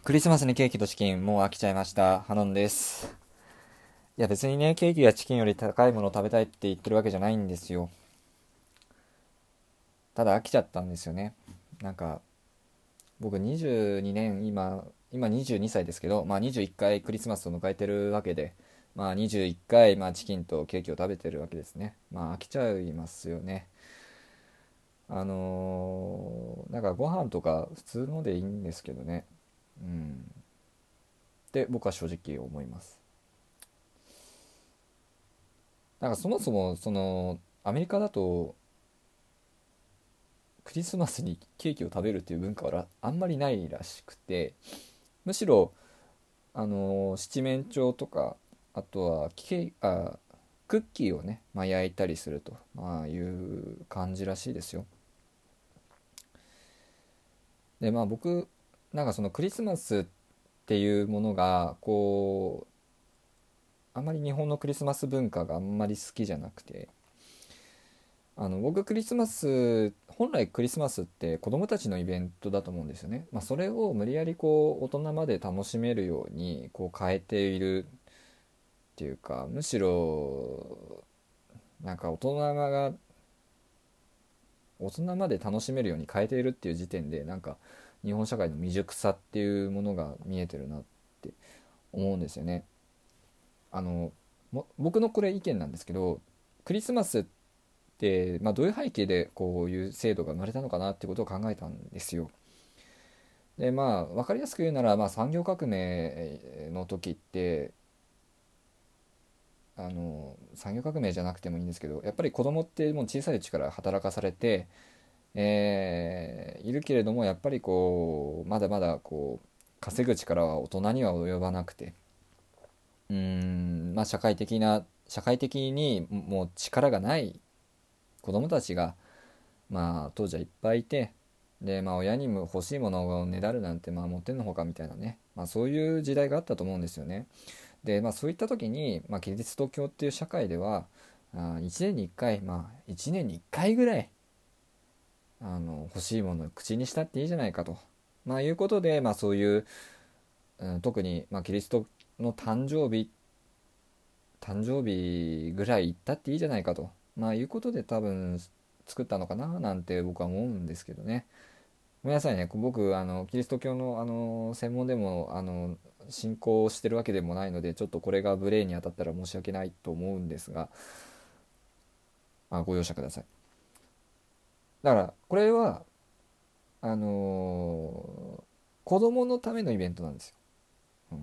クリスマスにケーキとチキン、もう飽きちゃいました。ハノンです。いや別にね、ケーキやチキンより高いものを食べたいって言ってるわけじゃないんですよ。ただ飽きちゃったんですよね。なんか、僕22年、今22歳ですけど、まあ21回クリスマスを迎えてるわけで、まあ21回、まあチキンとケーキを食べてるわけですね。まあ飽きちゃいますよね。なんかご飯とか普通のでいいんですけどね。うん。って僕は正直思います。なんかそもそもアメリカだとクリスマスにケーキを食べるっていう文化はあんまりないらしくて、むしろ七面鳥とか、あとはクッキーをね、まあ、焼いたりすると、まあ、いう感じらしいですよ。でまあ僕なんかそのクリスマスっていうものがあんまり日本のクリスマス文化があんまり好きじゃなくて、僕クリスマス本来クリスマスって子供たちのイベントだと思うんですよね。まあ、それを無理やり大人まで楽しめるように変えているっていうか、むしろなんか大人まで楽しめるように変えているっていう時点で、なんか日本社会の未熟さっていうものが見えてるなって思うんですよね。あの僕のこれ意見なんですけど、クリスマスって、まあ、どういう背景でこういう制度が生まれたのかなってことを考えたんですよ。でまあ分かりやすく言うなら、まあ、産業革命の時って、産業革命じゃなくてもいいんですけど、やっぱり子供ってもう小さいうちから働かされて、いるけれども、やっぱりまだまだ稼ぐ力は大人には及ばなくて、まあ社会的にもう力がない子供たちが、まあ当時はいっぱいいて、でまあ親にも欲しいものをねだるなんてまあ持ってんのほかみたいなね、まあそういう時代があったと思うんですよね。でまあそういった時に、まあ、キリスト教っていう社会では、1年に1回、まあ1年に1回ぐらい欲しいものを口にしたっていいじゃないかと、まあいうことで、まあそういう、特に、まあ、キリストの誕生日ぐらい行ったっていいじゃないかと、まあいうことで多分作ったのかななんて僕は思うんですけどね。ごめんなさいね、僕キリスト教の専門でも信仰してるわけでもないので、ちょっとこれが無礼に当たったら申し訳ないと思うんですが、まあ、ご容赦ください。だからこれは子供のためのイベントなんですよ。うん、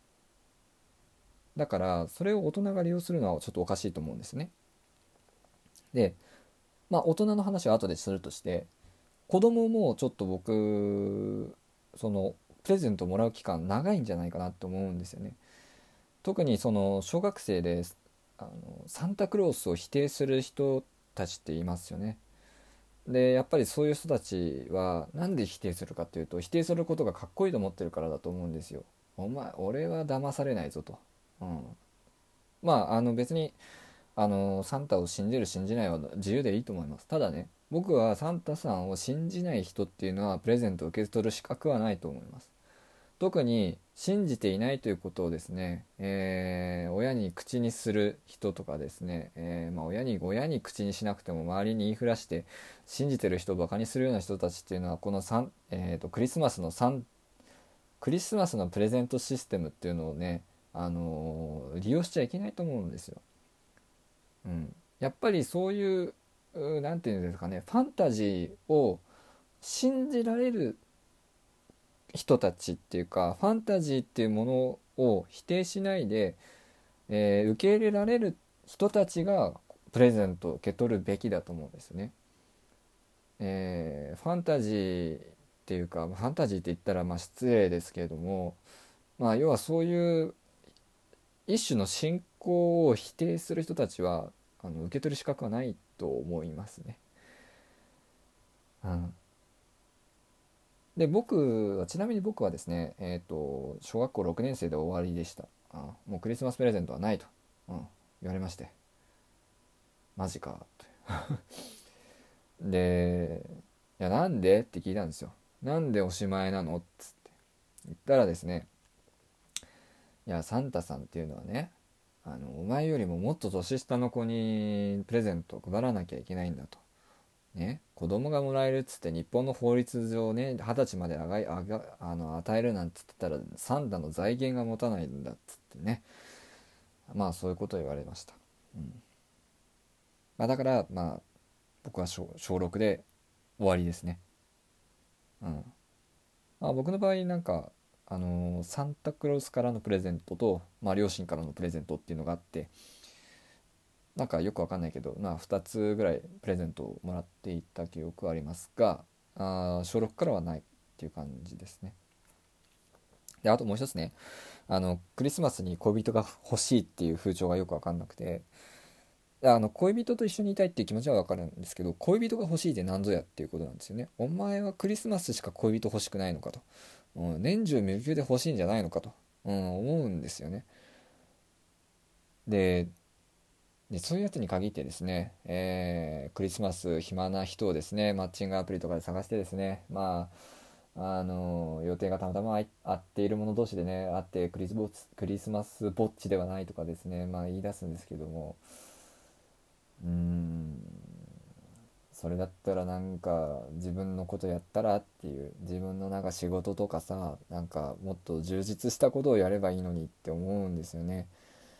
だからそれを大人が利用するのはちょっとおかしいと思うんですね。でまあ大人の話は後でするとして、子供もちょっと僕プレゼントもらう期間長いんじゃないかなと思うんですよね。特に小学生であのサンタクロースを否定する人たちっていますよね。でやっぱりそういう人たちはなんで否定するかっていうと、否定することがかっこいいと思ってるからだと思うんですよ。俺は騙されないぞと。うん、まあ別にサンタを信じる信じないは自由でいいと思います。ただね、僕はサンタさんを信じない人っていうのはプレゼントを受け取る資格はないと思います。特に信じていないということをですね、親に口にする人とかですね、まあ親に口にしなくても周りに言いふらして信じてる人をバカにするような人たちっていうのは、このクリスマスのプレゼントシステムっていうのをね、利用しちゃいけないと思うんですよ。うん、やっぱりそういうなんていうんですかね、ファンタジーを信じられる人たちっていうか、ファンタジーっていうものを否定しないで、受け入れられる人たちがプレゼントを受け取るべきだと思うんですね。ファンタジーっていうか、ファンタジーって言ったらまあ失礼ですけれども、まあ要はそういう一種の信仰を否定する人たちは受け取る資格はないと思いますね。うん、でちなみに僕はですね、小学校6年生で終わりでした。もうクリスマスプレゼントはないと、うん、言われまして、マジかと。で、いやなんでって聞いたんですよ。なんでおしまいなのっつって。 言ったらですね、いやサンタさんっていうのはね、お前よりももっと年下の子にプレゼントを配らなきゃいけないんだと。ね、子供がもらえるっつって日本の法律上ね、20歳まで与えるなんつってたらサンタの財源が持たないんだっつってね、まあそういうことを言われました。だから僕は小6で終わりですね。僕の場合サンタクロースからのプレゼントと、両親からのプレゼントっていうのがあって、よくわかんないけど、2つぐらいプレゼントをもらっていた記憶はありますが、小6からはないっていう感じですね。で、あともう一つね、クリスマスに恋人が欲しいっていう風潮がよくわかんなくて、恋人と一緒にいたいっていう気持ちはわかるんですけど、恋人が欲しいって何ぞやっていうことなんですよね。お前はクリスマスしか恋人欲しくないのかと、年中無休で欲しいんじゃないのかと、思うんですよね。でそういうやつに限ってですね、クリスマス暇な人をですね、マッチングアプリとかで探してですね、予定がたまたま合っている者同士でね、会ってクリスマスぼっちではないとかですね、言い出すんですけども、それだったら自分のことやったらっていう、自分の仕事とかさ、もっと充実したことをやればいいのにって思うんですよね。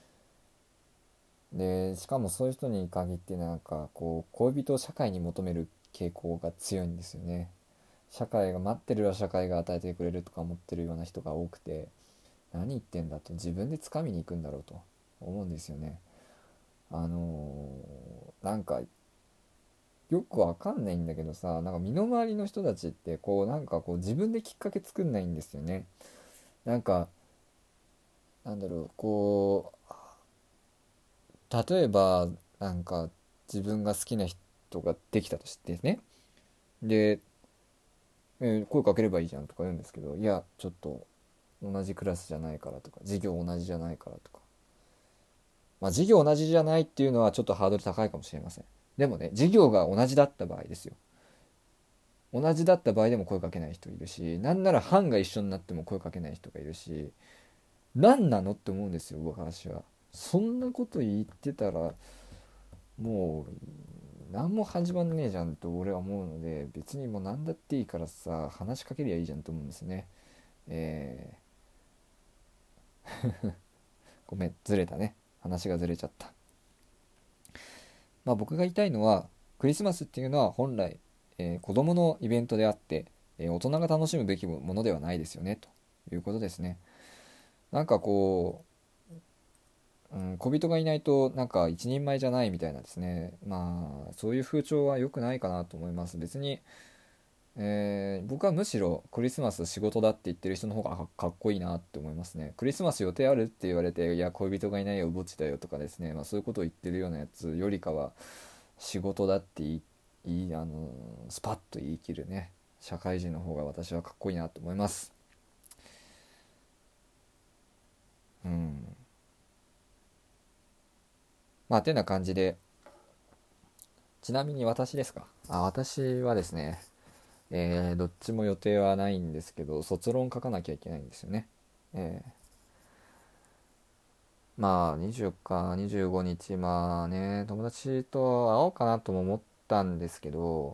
でしかもそういう人に限って恋人を社会に求める傾向が強いんですよね。社会が待ってるわ、社会が与えてくれるとか思ってるような人が多くて、何言ってんだと、自分で掴みに行くんだろうと思うんですよね。よくわかんないんだけどさ、身の回りの人たちって自分できっかけ作んないんですよね。なんかなんだろうこ例えば自分が好きな人ができたとしてね、で、声かければいいじゃんとか言うんですけど、いやちょっと同じクラスじゃないからとか、授業同じじゃないからとか、授業同じじゃないっていうのはちょっとハードル高いかもしれません。でもね、授業が同じだった場合ですよ。同じだった場合でも声かけない人いるし、なんなら班が一緒になっても声かけない人がいるし、何なのって思うんですよ、私は。そんなこと言ってたらもう何も始まんねえじゃんと俺は思うので、別にもう何だっていいからさ、話しかけりゃいいじゃんと思うんですね。えごめん、ずれたね。話がずれちゃった。僕が言いたいのは、クリスマスっていうのは本来、子供のイベントであって、大人が楽しむべきものではないですよねということですね。なんかこ小人がいないと一人前じゃないみたいなですね、そういう風潮は良くないかなと思います。別に、僕はむしろクリスマス仕事だって言ってる人の方がかっこいいなって思いますね。クリスマス予定あるって言われて、いや恋人がいないよぼっちだよとかですね、そういうことを言ってるようなやつよりかは、仕事だってスパッと言い切るね、社会人の方が私はかっこいいなと思います。うんてな感じで、ちなみに私ですか。私はですね、どっちも予定はないんですけど、卒論書かなきゃいけないんですよね。20か25日、友達と会おうかなとも思ったんですけど、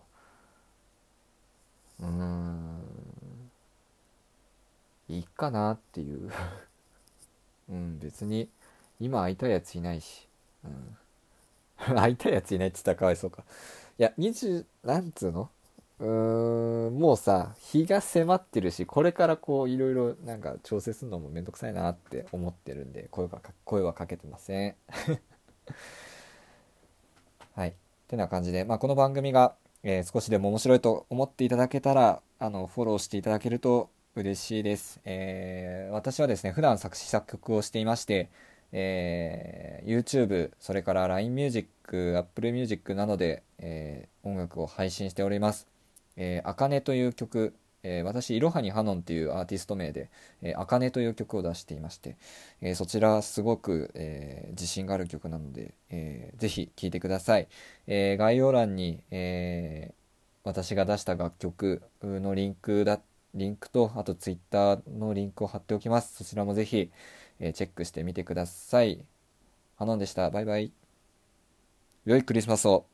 うーん、いいかなっていう別に今会いたいやついないし、会いたいやついないって言ったらかわいそうか。いや、なんつうの、もうさ、日が迫ってるし、これからいろいろ調整するのもめんどくさいなって思ってるんで、声はかけてません。はい。ってな感じで、この番組が、少しでも面白いと思っていただけたら、フォローしていただけると嬉しいです。私はですね、普段作詞作曲をしていまして、YouTube、それから LINE Music、Apple Music などで、音楽を配信しております。あかねという曲、私、いろはにハノンっていうアーティスト名で、あかねという曲を出していまして、そちらすごく、自信がある曲なので、ぜひ聴いてください。概要欄に、私が出した楽曲のリンクだっリンクと、あと Twitter のリンクを貼っておきます。そちらもぜひ、チェックしてみてください。ハノンでした。バイバイ。良いクリスマスを。